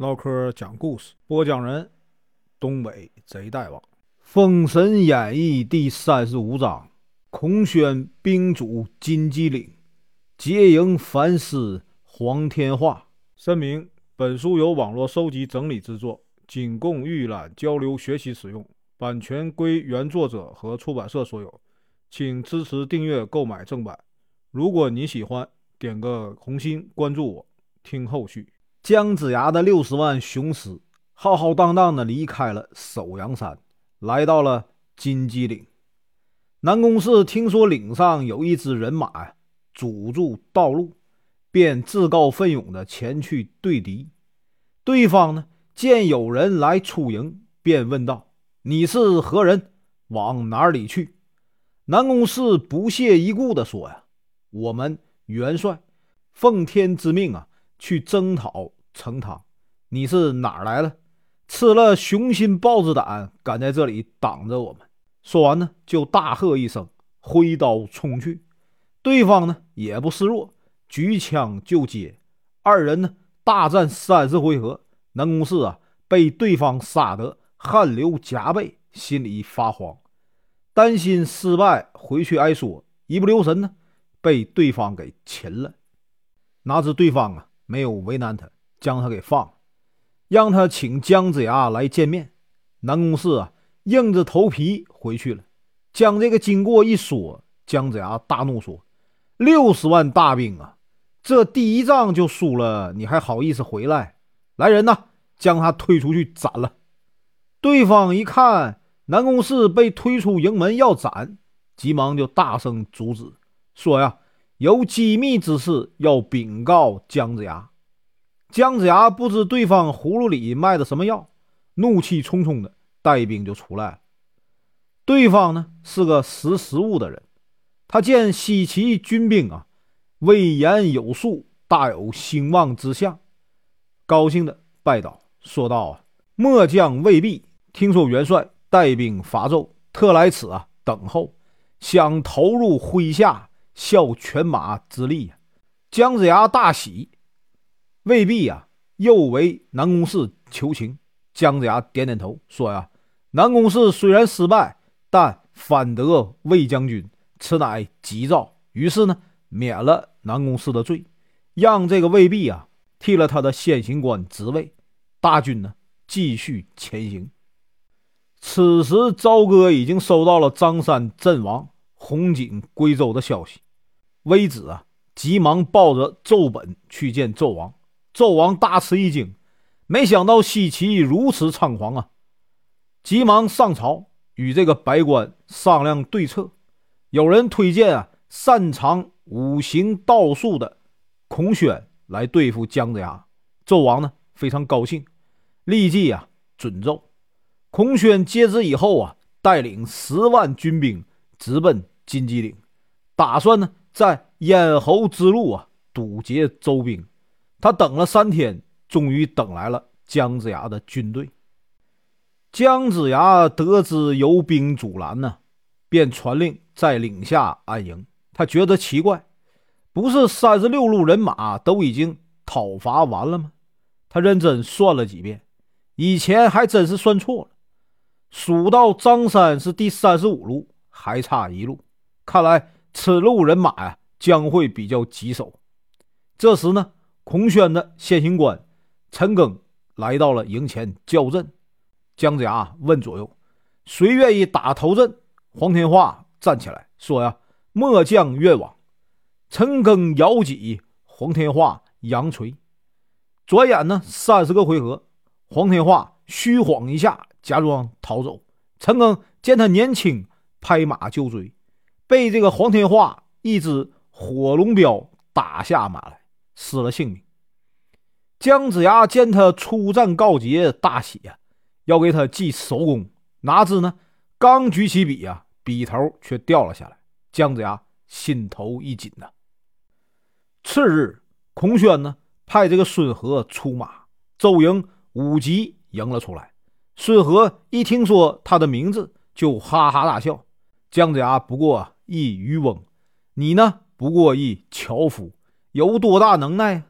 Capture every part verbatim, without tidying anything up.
唠嗑讲故事，播讲人东北贼大王。《封神演义》第三十五章：孔宣兵主金鸡岭，结营反师黄天化。声明：本书由网络收集整理制作，仅供预览、交流、学习使用，版权归原作者和出版社所有，请支持订阅、购买正版。如果你喜欢，点个红心，关注我，听后续。姜子牙的六十万雄师浩浩荡荡地离开了首阳山，来到了金鸡岭。南宫氏听说岭上有一支人马呀，阻住道路，便自告奋勇地前去对敌。对方呢，见有人来出营，便问道：“你是何人？往哪里去？”南宫氏不屑一顾地说：“呀，我们元帅奉天之命啊，去征讨成汤，你是哪儿来的？吃了雄心豹子胆，敢在这里挡着我们？”说完呢，就大喝一声，挥刀冲去。对方呢也不示弱，举枪就接。二人呢大战三十回合，南宫氏啊被对方杀得汗流浃背，心里发慌，担心失败回去挨说，一不留神呢被对方给擒了。哪知对方啊没有为难他，将他给放了，让他请姜子牙来见面。南宫氏啊硬着头皮回去了，将这个经过一说，姜子牙大怒说：“六十万大兵啊，这第一仗就输了，你还好意思回来？来人呐，将他推出去斩了！”对方一看南宫氏被推出营门要斩，急忙就大声阻止，说呀，有机密之事要禀告姜子牙。姜子牙不知对方葫芦里卖的什么药，怒气冲冲的带兵就出来了。对方呢是个识时务的人，他见西岐军兵啊威严有术，大有兴旺之象，高兴的拜倒，说道啊：“末将未必听说元帅带兵伐纣，特来此啊等候，想投入麾下，效犬马之力。”姜子牙大喜，未必啊又为南宫氏求情。姜子牙点点头说呀：“南宫氏虽然失败，但反得魏将军，此乃吉兆。”于是呢免了南宫氏的罪，让这个魏必啊替了他的先行官职位。大军呢继续前行。此时朝歌已经收到了张山阵亡、红锦归周的消息，微子啊急忙抱着纣本去见纣王。纣王大吃一惊，没想到西岐如此猖狂啊，急忙上朝与这个白官商量对策。有人推荐啊擅长五行道术的孔宣来对付姜子牙。纣王呢非常高兴，立即啊准奏。孔宣接旨以后啊，带领十万军兵直奔金鸡岭，打算呢在咽喉之路啊堵截周兵。他等了三天，终于等来了姜子牙的军队。姜子牙得知有兵阻拦呢，便传令在岭下安营。他觉得奇怪，不是三十六路人马都已经讨伐完了吗？他认真算了几遍，以前还真是算错了，数到张山是第三十五路，还差一路，看来此路人马呀将会比较棘手。这时呢，孔宣的先行官陈赓来到了营前叫阵。姜子牙问左右：“谁愿意打头阵？”黄天化站起来说呀：“末将愿往。”陈赓摇戟，黄天化扬锤。转眼呢三十个回合，黄天化虚晃一下，假装逃走。陈赓见他年轻，拍马就追，被这个黄天化一只火龙镖打下马来，失了性命。姜子牙见他出战告捷，大喜啊，要给他记首功。哪知呢刚举起笔啊，笔头却掉了下来。姜子牙心头一紧呐、啊。次日，孔宣呢派这个孙和出马，周营五级迎了出来。孙和一听说他的名字，就哈哈大笑。姜子牙不过一渔翁，你呢不过一樵夫，有多大能耐？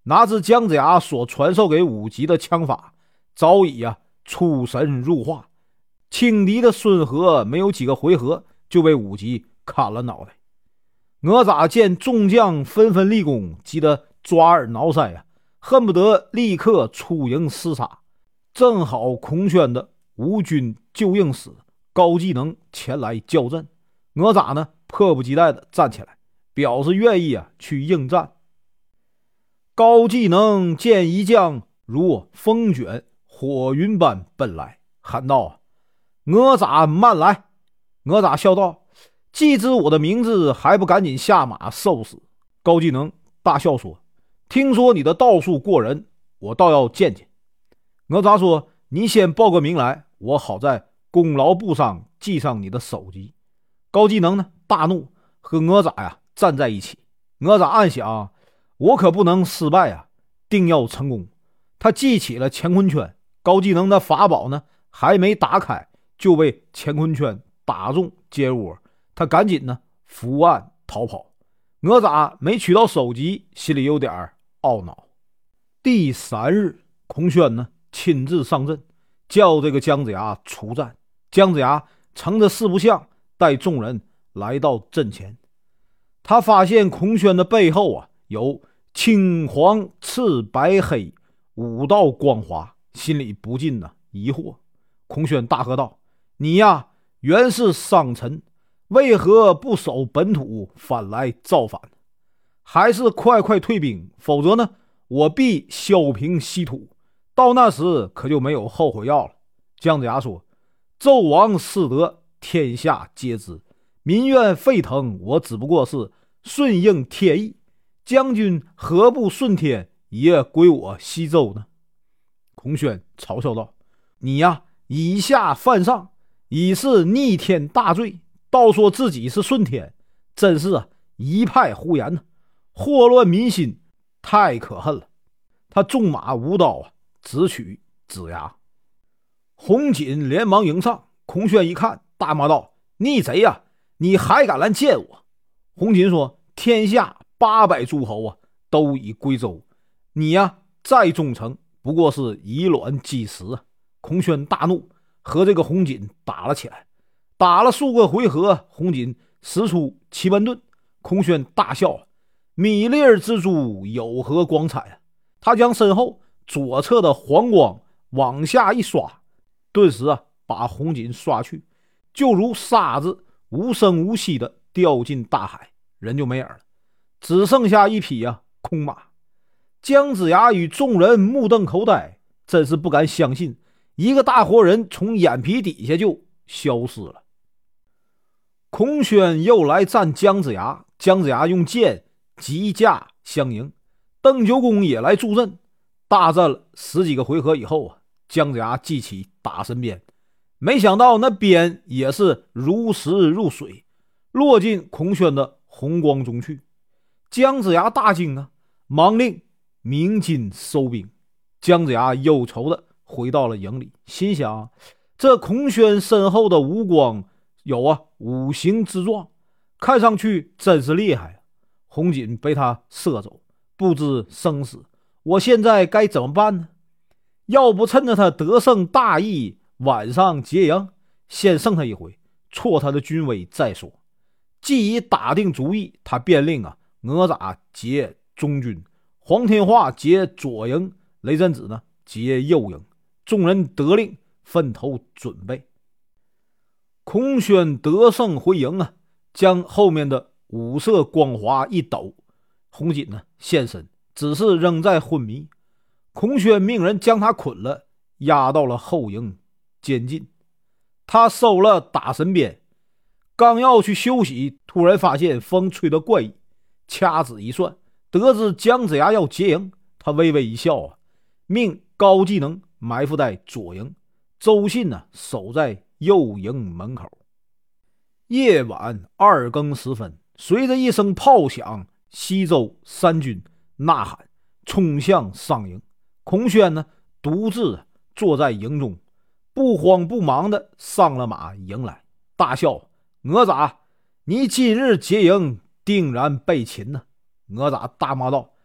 哪知姜子牙所传授给武吉的枪法早已啊出神入化，轻敌的孙和没有几个回合就被武吉砍了脑袋。哪吒见众将纷纷立功，急得抓耳挠腮啊，恨不得立刻出营厮杀。正好孔宣的吴军救应使高技能前来叫阵，哪吒呢迫不及待地站起来，表示愿意啊去应战。高技能见一将如风卷火云般奔来，喊道：哪吒慢来！哪吒笑道：既知我的名字，还不赶紧下马受死？高技能大笑说：听说你的道术过人，我倒要见见。哪吒说：你先报个名来，我好在功劳簿上记上你的首级。高技能呢大怒，和哪吒呀站在一起。哪吒暗想，我可不能失败啊，定要成功。他记起了乾坤圈，高技能的法宝呢还没打开，就被乾坤圈打中接窝，他赶紧呢伏案逃跑。哪吒没取到首级，心里有点懊恼。第三日，孔宣呢亲自上阵，叫这个姜子牙出战。姜子牙乘着四不像，带众人来到阵前。他发现孔宣的背后啊有青黄赤白黑五道光华，心里不禁呢疑惑。孔宣大喝道：你呀原是商臣，为何不守本土，反来造反？还是快快退兵，否则呢我必削平稀土，到那时可就没有后悔药了。姜子牙说：纣王失德，天下皆知，民怨沸腾，我只不过是顺应天意，将军何不顺天，也归我西周呢？孔宣嘲笑道：你呀以下犯上，已是逆天大罪，倒说自己是顺天，真是啊一派胡言呢，祸乱民心，太可恨了。他纵马舞刀啊，直取子牙。红锦连忙迎上，孔宣一看，大骂道：逆贼呀、啊，你还敢来见我？红锦说：天下八百诸侯啊都已归周，你呀、啊、再忠诚不过是以卵击石啊。孔宣大怒，和这个红锦打了起来。打了数个回合，红锦使出奇门遁。孔宣大笑：米粒之珠有何光彩啊？他将身后左侧的黄光往下一刷，顿时啊把红锦刷去，就如沙子无声无息的掉进大海，人就没影了，只剩下一匹啊空马。姜子牙与众人目瞪口呆，真是不敢相信一个大活人从眼皮底下就消失了。孔宣又来战姜子牙，姜子牙用剑急驾相迎，邓九公也来助阵。大战了十几个回合以后啊，姜子牙记起打神鞭，没想到那鞭也是如石入水，落进孔宣的红光中去。姜子牙大惊啊，忙令鸣金收兵。姜子牙忧愁的回到了营里，心想这孔宣身后的无光有啊五行之状，看上去真是厉害啊。红锦被他射走，不知生死，我现在该怎么办呢？要不趁着他得胜大意，晚上结营，先胜他一回，挫他的军威再说。既已打定主意，他便令啊哪吒结中军，黄天化结左营，雷震子呢结右营。众人得令，分头准备。孔宣得胜回营啊，将后面的五色光华一抖，红锦呢现身，只是仍在昏迷。孔宣命人将他捆了，押到了后营监禁。他收了打神鞭，刚要去休息，突然发现风吹得怪异，掐指一算，得知姜子牙要结营，他微微一笑啊，命高技能埋伏在左营，周信呢守在右营门口。夜晚二更时分，随着一声炮响，西周三军呐喊冲向上营。孔宣呢独自坐在营中，不慌不忙的上了马迎来，大笑：哪吒，你今日结营定然被擒呢？哪吒大骂道：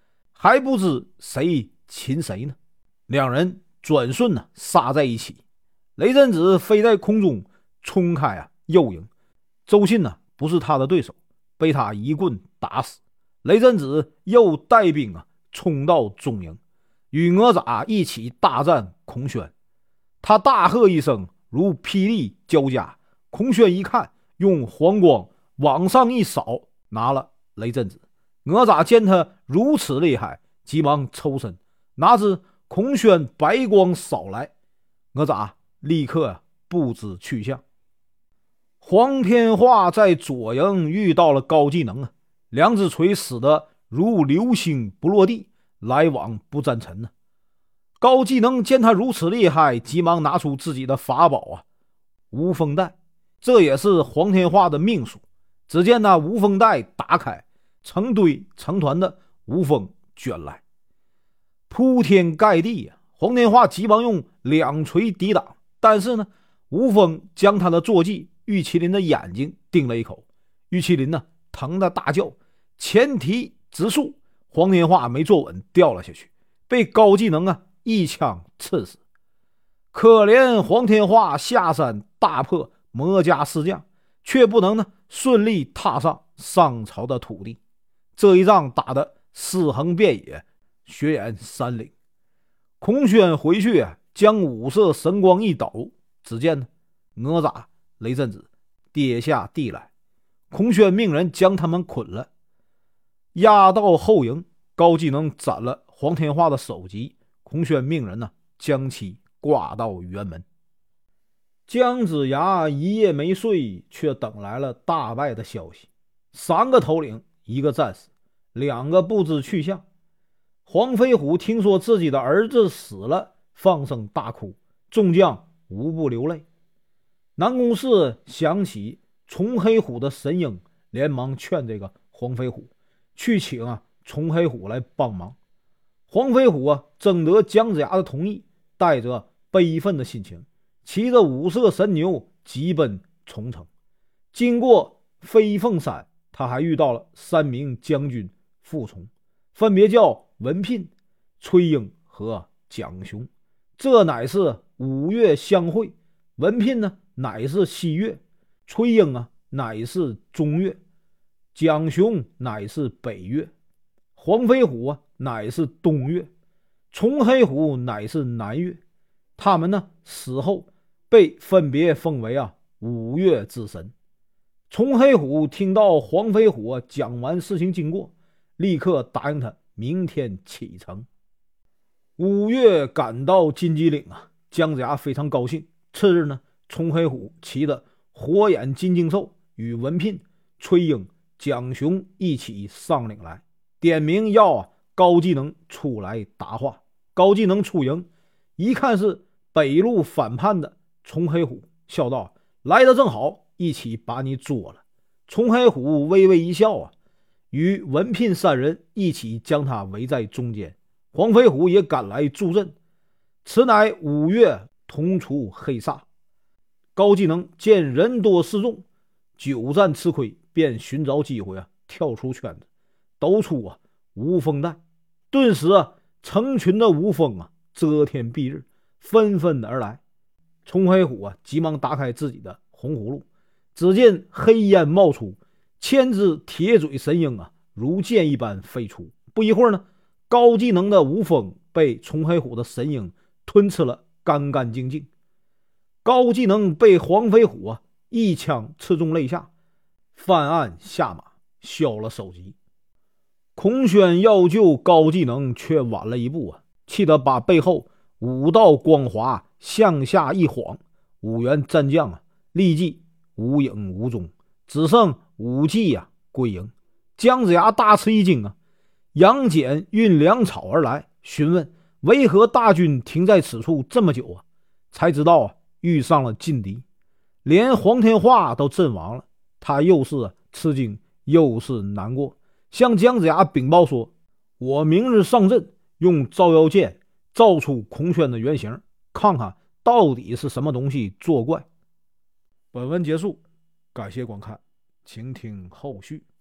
还不知谁擒谁呢。两人转瞬呢杀在一起，雷震子飞在空中冲开啊右营，周信呢不是他的对手，被他一棍打死。雷震子又带兵啊冲到中营，与哪吒一起大战孔宣。他大喝一声，如霹雳交加。孔宣一看，用黄光往上一扫，拿了雷震子。哪吒见他如此厉害，急忙抽身，哪知孔宣白光扫来，哪吒立刻不知去向。黄天化在左营遇到了高技能啊，两只锤使得如流星不落地，来往不沾尘呢。高技能见他如此厉害，急忙拿出自己的法宝啊，无风带，这也是黄天化的命数。只见那无风带打开，成堆成团的无风卷来，铺天盖地啊！黄天化急忙用两锤抵挡，但是呢，无风将他的坐骑玉麒麟的眼睛钉了一口，玉麒麟呢疼得大叫，前蹄直竖，黄天化没坐稳掉了下去，被高技能啊一枪刺死。可怜黄天化下山大破魔家四将，却不能呢顺利踏上上朝的土地。这一仗打得尸横遍野，血染山岭。孔宣回去啊，将五色神光一抖，只见呢哪吒、雷震子跌下地来。孔宣命人将他们捆了，押到后营。高技能斩了黄天化的首级，孔宣命人呢将其挂到辕门。姜子牙一夜没睡，却等来了大败的消息。三个头领，一个战死，两个不知去向。黄飞虎听说自己的儿子死了，放声大哭，众将无不流泪。南宫氏想起崇黑虎的神鹰，连忙劝这个黄飞虎去请啊崇黑虎来帮忙。黄飞虎啊征得姜子牙的同意，带着悲愤的心情，骑着五色神牛急奔重城。经过飞凤山，他还遇到了三名将军副从，分别叫文聘、崔英和蒋雄。这乃是五岳相会。文聘呢乃是西岳，崔英啊乃是中岳，蒋雄乃是北岳，黄飞虎啊乃是东岳，崇黑虎乃是南岳。他们呢死后被分别封为啊五岳之神。崇黑虎听到黄飞虎、啊、讲完事情经过，立刻答应他明天启程。五岳赶到金鸡岭啊，姜子牙非常高兴。次日呢，崇黑虎骑着火眼金睛兽与文聘、崔英、蒋雄一起上岭来，点名要啊高技能出来答话。高技能出营，一看是北路反叛的崇黑虎，笑道：“来得正好，一起把你捉了。”崇黑虎微微一笑啊，与文聘三人一起将他围在中间。黄飞虎也赶来助阵，此乃五岳同出黑煞。高技能见人多势众，久战吃亏，便寻找机会啊跳出圈子，抖出啊无风弹。顿时啊成群的无风啊遮天蔽日，纷纷而来。崇黑虎啊急忙打开自己的红葫芦，只见黑烟冒出，千只铁嘴神鹰啊如箭一般飞出。不一会儿呢，高技能的无风被崇黑虎的神鹰吞吃了干干净净。高技能被黄飞虎啊一枪刺中肋下，翻案下马，削了首级。孔宣要救高技能，却晚了一步啊，气得把背后五道光华向下一晃，五员战将啊立即无影无踪，只剩武技啊归营。姜子牙大吃一惊啊，杨戬运粮草而来，询问为何大军停在此处这么久啊，才知道啊遇上了劲敌，连黄天化都阵亡了。他又是吃惊又是难过，向姜子牙禀报说：“我明日上阵，用照妖剑照出孔宣的原形，看看到底是什么东西作怪。”本文结束，感谢观看，请听后续。